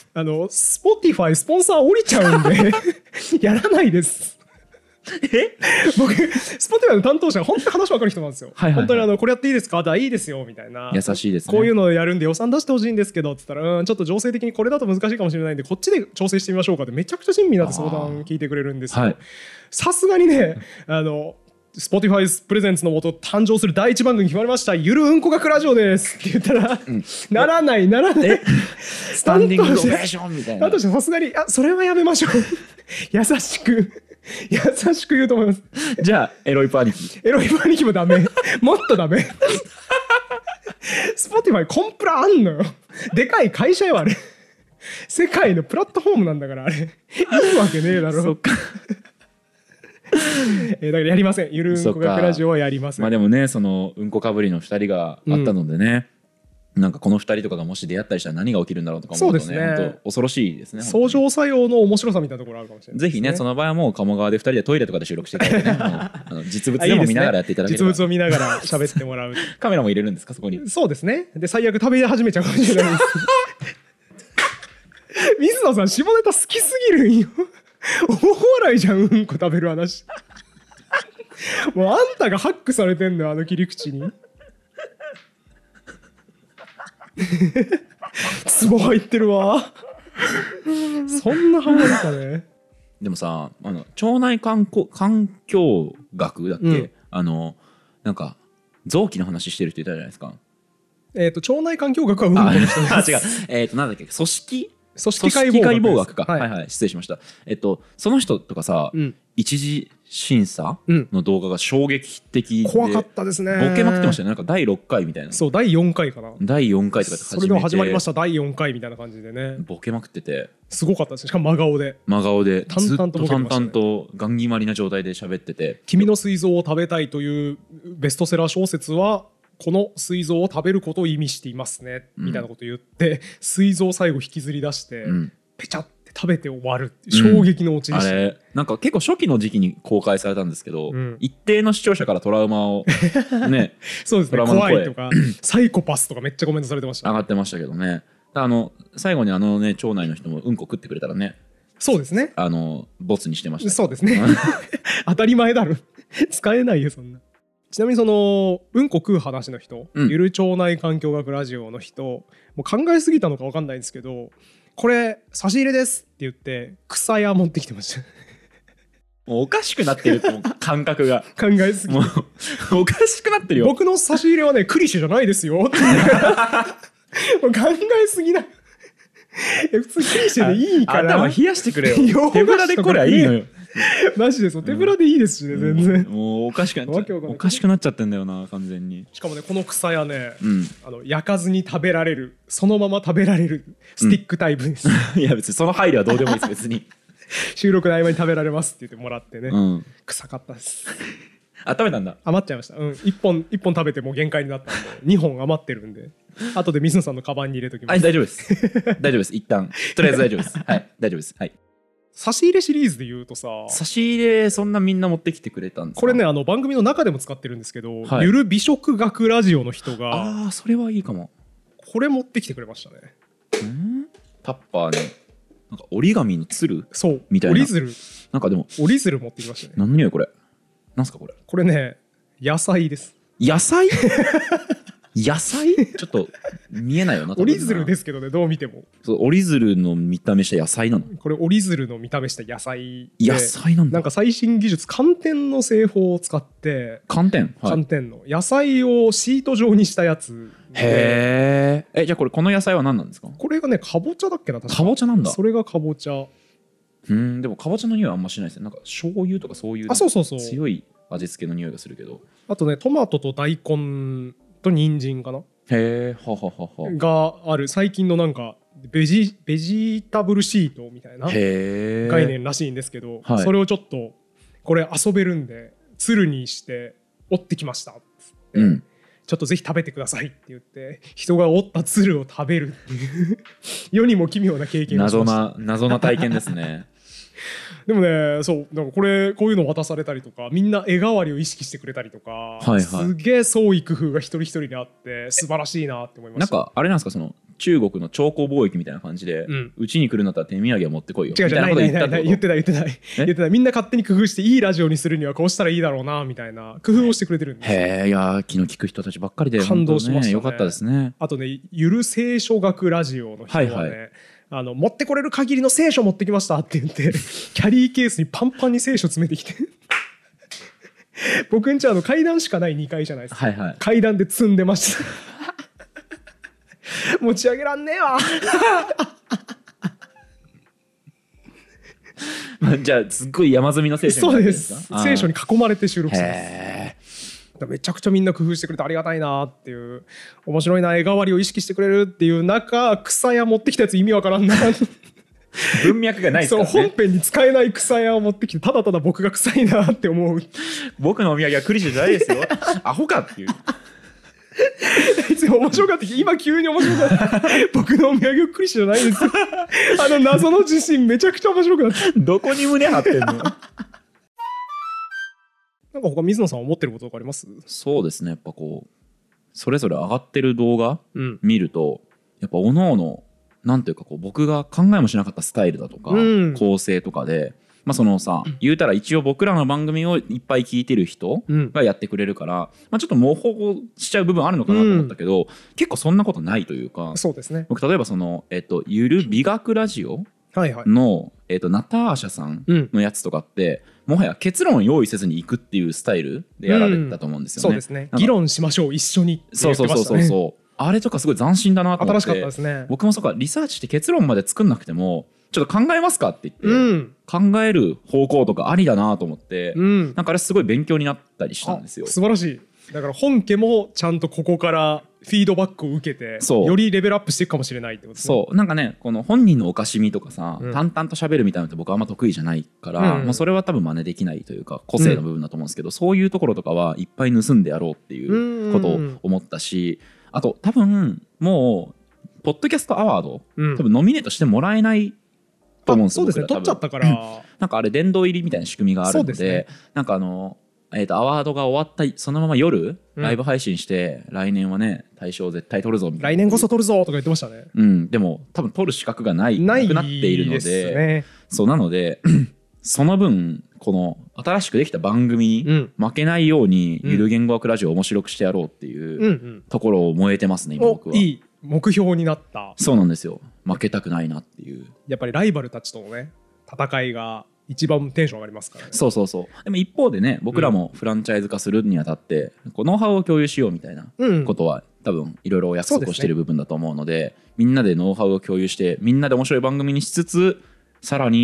Spotify スポンサー降りちゃうんでやらないです。僕 Spotify の担当者が本当に話分かる人なんですよ。本当にこれやっていいですか？いいですよみたいな。 優しいですね。 こういうのをやるんで予算出してほしいんですけどって言ったら、ちょっと情勢的にこれだと難しいかもしれないんでこっちで調整してみましょうかってめちゃくちゃ親身になって相談聞いてくれるんですよ。さすがにね、Spotify プレゼンツのもと誕生する第一番組決まりました、ゆるうんこ学ラジオですって言ったら、ならないスタンディングオベーションみたいな。 だとしてさすがにそれはやめましょう優しく言うと思います。 じゃあエロいパニキもダメもっとダメSpotify コンプラあんのよ。でかい会社よあれ。世界のプラットフォームなんだからあれ。いいわけねえだろ。 そっかだからやりません。ゆるうんこ学ラジオはやりません。 でもね、そのうんこかぶりの2人があったのでね、なんかこの2人とかがもし出会ったりしたら何が起きるんだろうとか思うとね、本当恐ろしいですね。 相乗作用の面白さみたいなところあるかもしれないですね。 ぜひね、その場合はもう鴨川で2人でトイレとかで収録していただいてね実物でも見ながらやっていただければ。 実物を見ながら喋ってもらうカメラも入れるんですか、そこに。 そうですね。で最悪食べ始めちゃうかもしれないです水野さん下ネタ好きすぎるんよ大笑いじゃん、うんこ食べる話もうあんたがハックされてんのよ、あの切り口にツボ入ってるわそんなハマるかね。 でもさ、腸内環境学だっけ、なんか臓器の話してる人いたじゃないですか。 腸内環境学はうんこの人です。 違う。なんだっけ、組織解剖学か。はい、失礼しました。その人とかさ、一次審査の動画が衝撃的で怖かったですね。 ボケまくってましたね。なんか第6回みたいな。 そう、第4回かな。 第4回とかでそれでも始まりました第4回みたいな感じでね、 ボケまくっててすごかったです。しかも真顔で淡々とガン決まりな状態で喋ってて、 君の膵臓を食べたいというベストセラー小説はこの膵臓を食べることを意味していますね、みたいなこと言って膵臓を最後引きずり出して、ペチャって食べて終わる衝撃のオチでした、 あれなんか結構初期の時期に公開されたんですけど、一定の視聴者からトラウマをねそうですね、怖いとかサイコパスとかめっちゃコメントされてました、 上がってましたけどね。最後にね町内の人もうんこ食ってくれたらね。 そうですね、 ボツにしてました。 そうですね当たり前だろ使えないよそんな。ちなみにそのうんこ食う話の人、ゆる腸内環境学ラジオの人もう考えすぎたのか分かんないんですけど、これ差し入れですって言って草屋持ってきてましたもうおかしくなってるって感覚が考えすぎもうおかしくなってるよ。 僕の差し入れはねクリシュじゃないですよってもう考えすぎな普通クリシュでいいから頭冷やしてくれよ手ぶらでこれはいいのよマジでそう手ぶらでいいですしね、全然もうおかしくなっちゃってんだよな完全に。 しかもねこの草屋ね、焼かずに食べられる、そのまま食べられるスティックタイプです、 いや別にその配慮はどうでもいいです別に。 収録の合間に食べられますって言ってもらってね、臭かったです。 食べたんだ。 余っちゃいました。1本食べてもう限界になったんで2本余ってるんで、後で水野さんのカバンに入れときます。 大丈夫です大丈夫です、一旦とりあえず大丈夫です。はい大丈夫です。はい。 差し入れシリーズで言うとさ、 差し入れそんなみんな持ってきてくれたんですか？ これね番組の中でも使ってるんですけど、ゆる美食学ラジオの人がそれはいいかも。 これ持ってきてくれましたね。 タッパーになんか折り紙のつるみたいな、 折り鶴、 なんかでも折り鶴持ってきましたね。 何の匂いこれ？なんすかこれ？ これね野菜です。 野菜？野菜？ちょっと見えないよな。 折り鶴ですけどね、どう見ても。 そう折り鶴の見た目した野菜なの？ これ折り鶴の見た目した野菜で、野菜なんだ。 なんか最新技術寒天の製法を使って、寒天の野菜をシート状にしたやつ。 へえ。じゃあこれこの野菜は何なんですか？ これがねかぼちゃだっけな、確か。 かぼちゃなんだ。 それがかぼちゃ。 でもかぼちゃの匂いはあんましないですね。なんか醤油とかそういう強い味付けの匂いがするけど。 あとねトマトと大根と人参かな。 へえ。 がある最近のなんかベジタブルシートみたいな概念らしいんですけど、それをちょっとこれ遊べるんでつるにして折ってきましたっつって、ちょっとぜひ食べてくださいって言って人が折ったつるを食べるっていう世にも奇妙な経験をしました。 謎な体験ですね。 でもね、そうなんかこういうの渡されたりとか、みんな絵代わりを意識してくれたりとか、すげえ創意工夫が一人一人にあって素晴らしいなって思いました。 なんかあれなんですか、その中国の長江貿易みたいな感じで、うちに来るんだったら手土産を持ってこいよみたいなこと言ったってこと？ 言ってない。みんな勝手に工夫していいラジオにするにはこうしたらいいだろうなみたいな工夫をしてくれてるんです。 へえ。いや気の利く人たちばっかりで感動しましたね。 よかったですね。 あとねゆる聖書学ラジオの人はね、持ってこれる限りの聖書持ってきましたって言ってキャリーケースにパンパンに聖書詰めてきて僕んち階段しかない2階じゃないですか、階段で積んでました持ち上げらんねえわじゃあすっごい山積みの聖書になってるんですか？ そうです。聖書に囲まれて収録してます。めちゃくちゃみんな工夫してくれてありがたいなっていう、面白いな、絵代わりを意識してくれるっていう中、草屋持ってきたやつ意味わからんな文脈がないですからね。 そう、本編に使えない草屋を持ってきてただただ僕が臭いなって思う。 僕のお土産はクリシェじゃないですよアホかっていう面白かった。今急に面白かった僕のお土産はクリシェじゃないですよ謎の自信めちゃくちゃ面白くなったどこに胸張ってんのなんか他水野さん思ってることとかあります？ そうですね、やっぱこうそれぞれ上がってる動画見ると、やっぱおのおのなんていうかこう僕が考えもしなかったスタイルだとか、構成とかで、そのさ、言うたら一応僕らの番組をいっぱい聞いてる人がやってくれるから、ちょっと模倣しちゃう部分あるのかなと思ったけど、結構そんなことないというか。 そうですね。 僕例えばそのゆる美学ラジオのナターシャさんのやつとかって、もはや結論を用意せずにいくっていうスタイルでやられてたと思うんですよね。 そうですね。議論しましょう一緒にって言ってましたね。 そうあれとかすごい斬新だなと思って。 新しかったですね。 僕もそうか、リサーチして結論まで作んなくてもちょっと考えますかって言って、考える方向とかありだなと思って、なんかあれすごい勉強になったりしたんですよ。 素晴らしい。だから本家もちゃんとここからフィードバックを受けてよりレベルアップしていくかもしれないってことですね。 そうなんかね、この本人のおかしみとかさ、淡々と喋るみたいなのって僕はあんま得意じゃないから、もうそれは多分真似できないというか個性の部分だと思うんですけど、そういうところとかはいっぱい盗んでやろうっていうことを思ったし、あと多分もうポッドキャストアワード、多分ノミネートしてもらえないと思うんですよ。 そうですね、取っちゃったからなんかあれ殿堂入りみたいな仕組みがあるので、なんかアワードが終わったそのまま夜ライブ配信して、来年はね大賞絶対取るぞみたいな、 来年こそ取るぞとか言ってましたね。 でも多分取る資格がなくなっているので、そうなのでその分この新しくできた番組に負けないようにゆる言語学ラジオを面白くしてやろうっていうところを燃えてますね今僕は。 いい目標になった。 そうなんですよ、負けたくないなっていう。 やっぱりライバルたちとのね戦いが一番テンション上がりますからね。 そうでも一方でね、僕らもフランチャイズ化するにあたって、こうノウハウを共有しようみたいなことは、多分いろいろ約束をしている部分だと思うので、みんなでノウハウを共有してみんなで面白い番組にしつつ、さらに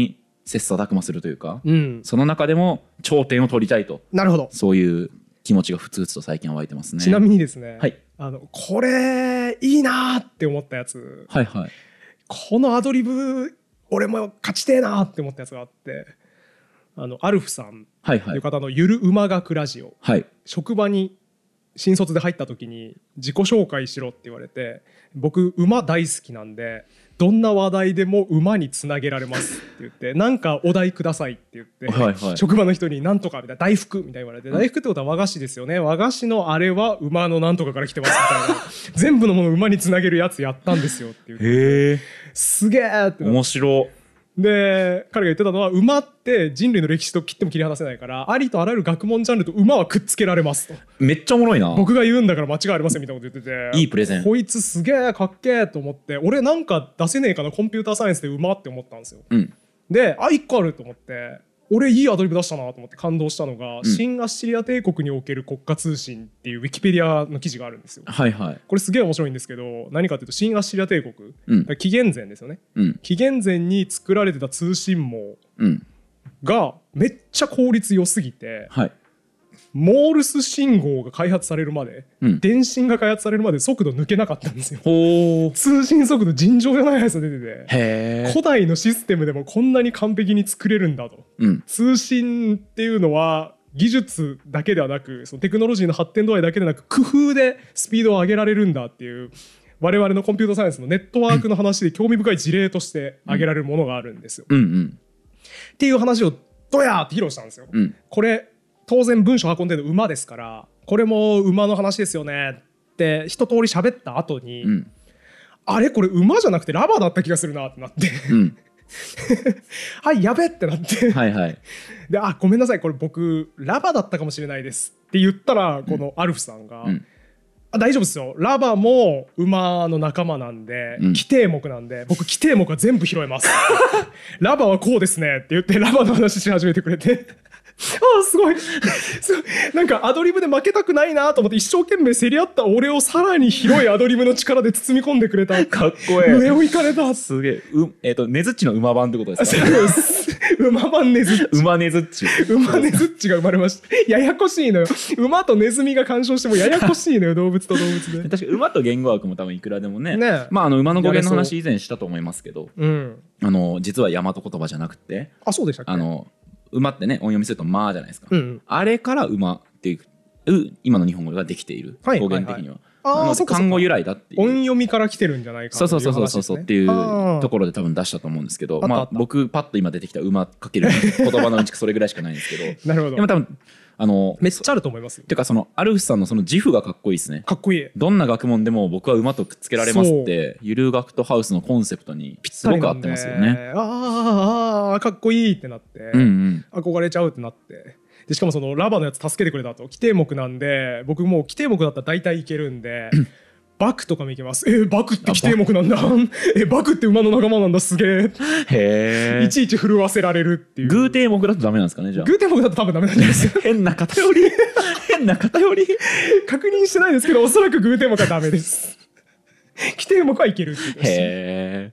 切磋琢磨するというか、その中でも頂点を取りたいと、 なるほど、 そういう気持ちがふつふつと最近は湧いてますね。 ちなみにですね、 はい、 これいいなって思ったやつ、 はいはい、 このアドリブ俺も勝ちてえなって思ったやつがあって、アルフさんという方のゆる馬学ラジオ、はい、職場に新卒で入った時に自己紹介しろって言われて、僕馬大好きなんでどんな話題でも馬につなげられますって言って、なんかお題くださいって言って、はいはい、職場の人になんとかみたいな大福みたいな言われて、大福ってことは和菓子ですよね、和菓子のあれは馬のなんとかから来てますみたいな全部のものを馬につなげるやつやったんですよって言って、へーすげーって面白で、彼が言ってたのは、馬って人類の歴史と切っても切り離せないから、ありとあらゆる学問ジャンルと馬はくっつけられますと。 めっちゃおもろいな。 僕が言うんだから間違いありませんみたいなこと言ってて、 いいプレゼン。 こいつすげえかっけえと思って、俺なんか出せねえかな、コンピューターサイエンスで馬って思ったんですよ。で、1個あると思って、俺いいアドリブ出したなと思って感動したのが、新アッシリア帝国における国家通信っていうウィキペディアの記事があるんですよ。はいはい、これすげえ面白いんですけど、何かっていうと新アッシリア帝国、紀元前ですよね、紀元前に作られてた通信網がめっちゃ効率良すぎて、モールス信号が開発されるまで、電信が開発されるまで速度抜けなかったんですよ。通信速度尋常じゃないやつが出てて、古代のシステムでもこんなに完璧に作れるんだと、通信っていうのは技術だけではなく、そのテクノロジーの発展度合いだけでなく工夫でスピードを上げられるんだっていう、我々のコンピューターサイエンスのネットワークの話で興味深い事例として挙げられるものがあるんですよ。っていう話をドヤーって披露したんですよ。これ当然文章運んでるの馬ですから、これも馬の話ですよねって一通り喋った後に、あれこれ馬じゃなくてラバーだった気がするなってなってはいやべってなってはい、はい、で、ごめんなさいこれ僕ラバーだったかもしれないですって言ったら、このアルフさんが、大丈夫ですよ、ラバも馬の仲間なんで、規定目なんで僕規定目は全部拾えますラバはこうですねって言ってラバの話し始めてくれてすごいなんかアドリブで負けたくないなと思って一生懸命競り合った俺をさらに広いアドリブの力で包み込んでくれた。 かっこいい。 上を行かれた。 すげえ。ねずっちの馬版ってことですか？ 馬版ねずっち。 馬ねずっち。 馬ねずっちが生まれました。ややこしいのよ。馬とネズミが干渉してもややこしいのよ、動物と動物で。 確かに馬と言語学も多分いくらでもね。まあ馬の語源の話以前したと思いますけど、実は大和言葉じゃなくて、 そうでしたっけ？ 馬ってね音読みすると「ま」じゃないですか、あれから馬っていう今の日本語ができている、語源的には漢語由来だっていう、 音読みから来てるんじゃないかっていう話ですね。 そうっていうところで多分出したと思うんですけど、僕パッと今出てきた馬かける言葉のうちそれぐらいしかないんですけどなるほど。でも多分めっちゃあると思いますよ。 てかアルフさんのその自負がかっこいいですね。 かっこいい。 どんな学問でも僕は馬とくっつけられますってゆる学徒ハウスのコンセプトにすごく合ってますよね。 かっこいいってなって、憧れちゃうってなって、でしかもそのラバのやつ助けてくれたと。規定目なんで僕もう規定目だったら大体いけるんでバクとかもいけます。バクって規定目なんだバクって馬の仲間なんだ、すげえ。へえ。いちいち震わせられるっていう。 偶定目だとダメなんですかね。じゃあ偶定目だと多分ダメなんじゃないですか変な偏り確認してないですけど、おそらく偶定目はダメです規定目はいけるって言ってました。へえ。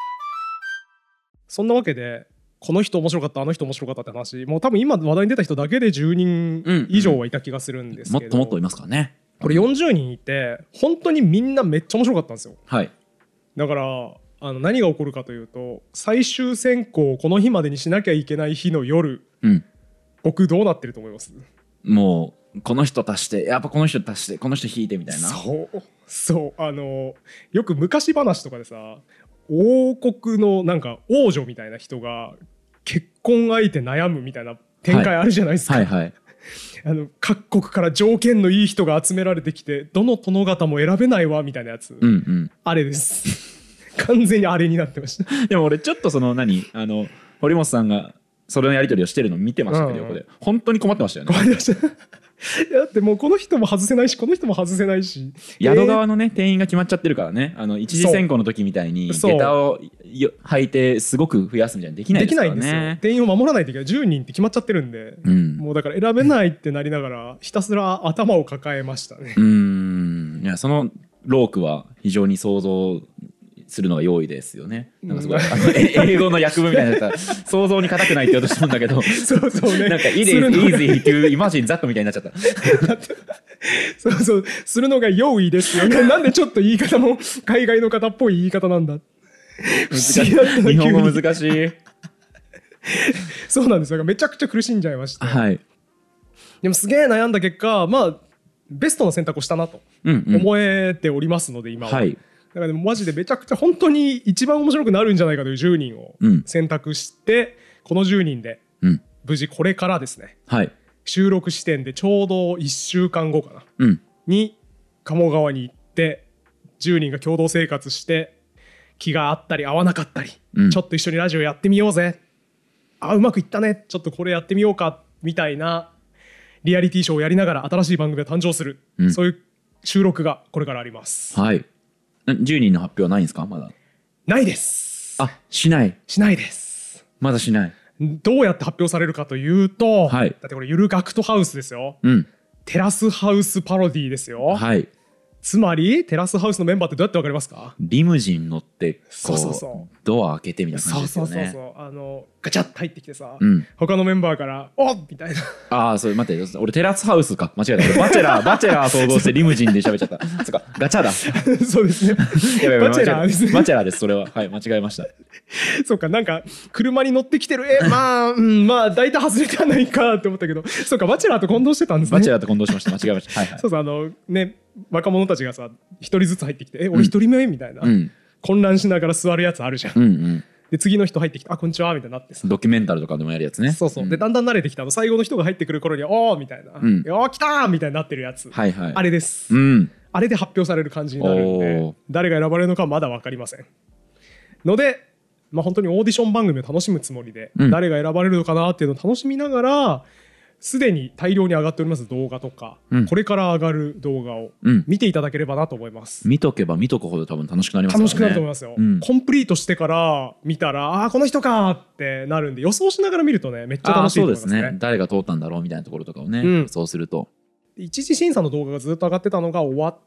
そんなわけでこの人面白かった、あの人面白かったって話、もう多分今話題に出た人だけで10人以上はいた気がするんですけど、 もっともっといますからね。 これ40人いて本当にみんなめっちゃ面白かったんですよ。だから何が起こるかというと、最終選考をこの日までにしなきゃいけない日の夜、僕どうなってると思います？ もうこの人足して、やっぱこの人足してこの人引いてみたいな。 そうよく昔話とかでさ、王国のなんか王女みたいな人が結婚相手悩むみたいな展開あるじゃないですか。各国から条件のいい人が集められてきて、どの殿方も選べないわみたいなやつ、あれです完全にあれになってましたでも俺ちょっと堀本さんがそれのやり取りをしてるの見てましたけど、横で本当に困ってましたよね。困ってましただってもうこの人も外せないしこの人も外せないし、 宿側のね定員が決まっちゃってるからね、一次選考の時みたいに下駄を履いてすごく増やすみたいなできないですからね。できないんですよ。定員を守らないといけない。10人って決まっちゃってるんで、もうだから選べないってなりながらひたすら頭を抱えましたね。 いやそのロークは非常に想像するのが用意ですよね。なんかすごい英語の訳文みたいなやつ想像に難くないって言おうとしたんだけどそうそうね、 なんか It is easy to imagine that みたいになっちゃったそうそうするのが用意ですよね。なんでちょっと言い方も海外の方っぽい言い方なんだ。不思議だったな。 日本語難しいそうなんですよ。めちゃくちゃ苦しんじゃいました、 はい、 でもすげえ悩んだ結果、まあベストの選択をしたなと思えておりますので、今は、はい、だからでもマジでめちゃくちゃ本当に一番面白くなるんじゃないかという10人を選択して、この10人で無事これからですね、はい、収録時点でちょうど1週間後かな、に鴨川に行って10人が共同生活して気が合ったり合わなかったり、ちょっと一緒にラジオやってみようぜ、うまくいったね、ちょっとこれやってみようかみたいなリアリティショーをやりながら新しい番組が誕生する、そういう収録がこれからあります。 はい。10人の発表はないんですか？まだないです。 しないです。 まだしない。 どうやって発表されるかというと、はい、だってこれゆるガクトハウスですよ、テラスハウスパロディですよ、はい、つまりテラスハウスのメンバーってどうやって分かりますか？ リムジン乗ってドア開けてみたいな感じですよね。 そうガチャッと入ってきてさ、他のメンバーからおっみたいな。 それ待って、俺テラスハウスか間違えた。バチェラー想像してリムジンで喋っちゃった。そっか、ガチャだそうですね。バチェラーですね。 バチェラーです、それは。はい、間違えました。 そうか、なんか車に乗ってきてるまあ大体外れてはないかって思ったけど、そうか、バチェラーと混同してたんですね。 バチェラーと混同しました。間違えました。はいはい。 そうね、若者たちがさ一人ずつ入ってきて俺一人目みたいな、混乱しながら座るやつあるじゃん。で次の人入ってきてこんにちはみたいになってさ、 ドキュメンタルとかでもやるやつね。 そうでだんだん慣れてきた最後の人が入ってくる頃におーみたいな、来たーみたいになってるやつ、あれです、あれで発表される感じになるんで、誰が選ばれるのかはまだ分かりませんので、本当にオーディション番組を楽しむつもりで、誰が選ばれるのかなっていうのを楽しみながら、すでに大量に上がっております動画とか、これから上がる動画を見ていただければなと思います。 見とけば見とくほど多分楽しくなりますからね。 楽しくなると思いますよ、コンプリートしてから見たらこの人かってなるんで、予想しながら見るとねめっちゃ楽しいと思いますね。 そうですね、誰が通ったんだろうみたいなところとかをね、予想すると。 一次審査の動画がずっと上がってたのが終わって、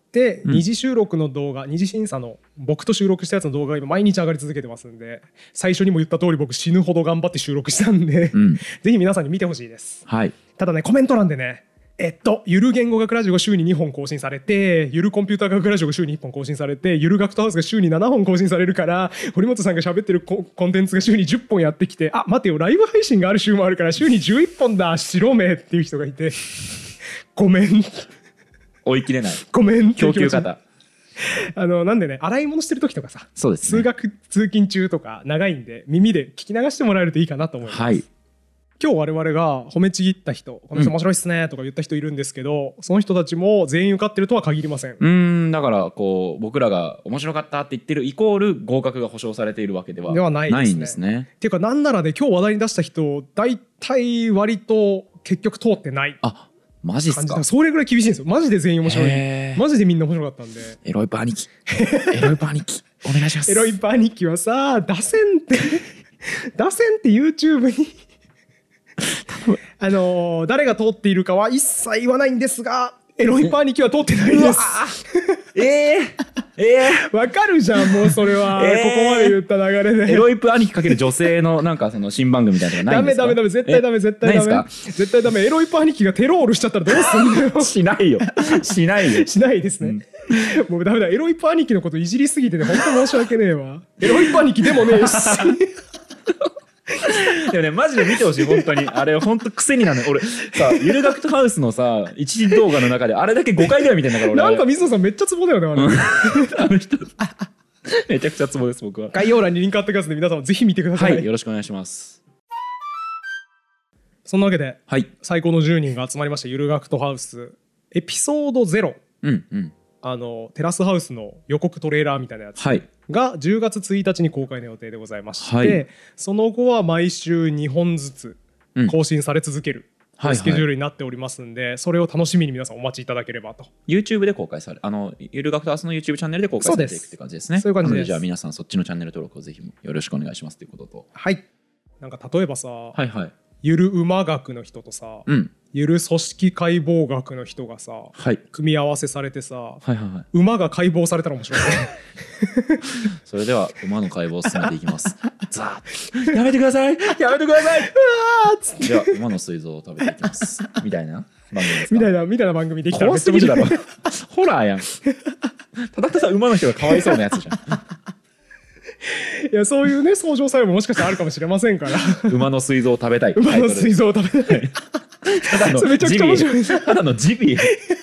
二次収録の動画、二次審査の僕と収録したやつの動画が今毎日上がり続けてますんで、最初にも言った通り僕死ぬほど頑張って収録したんで、ぜひ皆さんに見てほしいです、ただねコメント欄でねゆる言語学ラジオが週に2本更新されて、ゆるコンピューター学ラジオが週に1本更新されて、ゆるガクトハウスが週に7本更新されるから、堀本さんが喋ってるコンテンツが週に10本やってきて、待てよライブ配信がある週もあるから週に11本だ白目っていう人がいてごめん追い切れない、 ごめん供給方なんでね、洗い物してる時とかさ、 そうですね、 通学通勤中とか長いんで耳で聞き流してもらえるといいかなと思います、今日我々が褒めちぎった人、この人面白いっすねとか言った人いるんですけど、その人たちも全員受かってるとは限りません。 だから僕らが面白かったって言ってるイコール合格が保証されているわけではないんですね。 っていうか、なんならね、今日話題に出した人大体割と結局通ってない。 マジっすか？ それぐらい厳しいんですよ。マジで全員面白い。マジでみんな面白かったんで。 エロイパ兄貴お願いします。 エロイパ兄貴はさ、出せんって YouTube に誰が通っているかは一切言わないんですが、エロイパ兄貴は通ってないです。わかるじゃん、もうそれは、ここまで言った流れで。 エロイプ兄貴かける女性のなんかその新番組みたいなのがないんですか？ ダメ絶対ダメ絶対ダメ。エロイプ兄貴がテロールしちゃったらどうすんのよ。 しないよしないですね、もうダメだ。エロイプ兄貴のこといじりすぎてね、本当申し訳ねえわ。エロイプ兄貴でもねえしでもね、マジで見てほしい、本当に。あれ、本当癖になる。俺、さ、ゆるガクトハウスのさ、一時動画の中で、あれだけ5回ぐらい見てんだから、俺。 なんか水野さんめっちゃツボだよね、 あの人。めちゃくちゃツボです、僕は。 概要欄にリンク貼ってください。皆さんもぜひ見てください。 はい、よろしくお願いします。 そんなわけで、最高の10人が集まりました、ゆるガクトハウス。エピソード0。テラスハウスの予告トレーラーみたいなやつが10月1日に公開の予定でございまして、その後は毎週2本ずつ更新され続けるスケジュールになっておりますんで、それを楽しみに皆さんお待ちいただければと。 YouTube で公開されゆるガクトハウスの YouTube チャンネルで公開されていくって感じですね。 そういう感じです。 じゃあ皆さんそっちのチャンネル登録をぜひよろしくお願いしますということと、 なんか例えばさ、 はいはい、 ゆる馬学の人とさ、 ゆる組織解剖学の人がさ、 はい、 組み合わせされてさ、 はいはいはい、 馬が解剖されたら面白いねそれでは馬の解剖を進めていきますザーやめてくださいやめてくださいでは馬の膵臓を食べていきますみたいな番組ですか。 みたいな番組できたら怖すぎるだろホラーやんただただ馬の人がかわいそうなやつじゃんいやそういうね相乗作用ももしかしたらあるかもしれませんから馬の膵臓を食べたい馬の膵臓を食べたいそれめちゃくちゃ面白いただのジビエ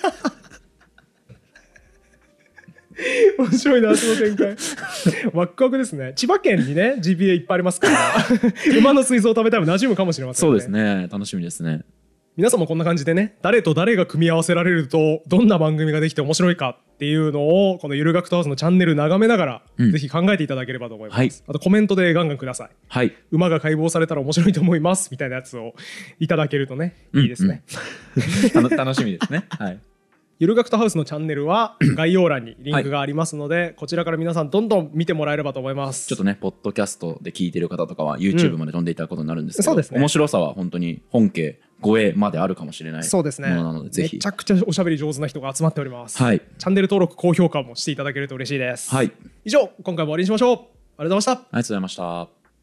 面白いなその展開ワクワクですね。千葉県にねジビエいっぱいありますから馬の膵臓を食べたいも馴染むかもしれませんね。 そうですね、楽しみですね。 皆さんもこんな感じでね、誰と誰が組み合わせられるとどんな番組ができて面白いかっていうのをこのゆる学徒ハウスのチャンネル眺めながら、ぜひ考えていただければと思います、はい、あとコメントでガンガンください、はい、馬が解剖されたら面白いと思いますみたいなやつをいただけるとね、いいですね、 楽しみですね、はい。 ゆる学徒ハウスのチャンネルは概要欄にリンクがありますので、はい、こちらから皆さんどんどん見てもらえればと思います。 ちょっとねポッドキャストで聞いてる方とかは YouTube まで飛んでいただくことになるんですけど、 そうですね、 面白さは本当に本家護衛まであるかもしれないものなので、ぜひめちゃくちゃおしゃべり上手な人が集まっております、はい、チャンネル登録高評価もしていただけると嬉しいです、はい、以上今回も終わりにしましょう。ありがとうございました。 ありがとうございました。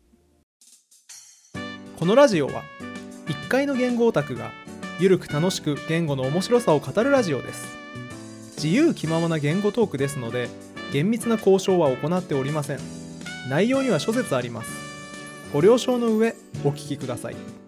このラジオは1階の言語オタクがゆるく楽しく言語の面白さを語るラジオです。自由気ままな言語トークですので厳密な交渉は行っておりません。内容には諸説あります。ご了承の上お聞きください。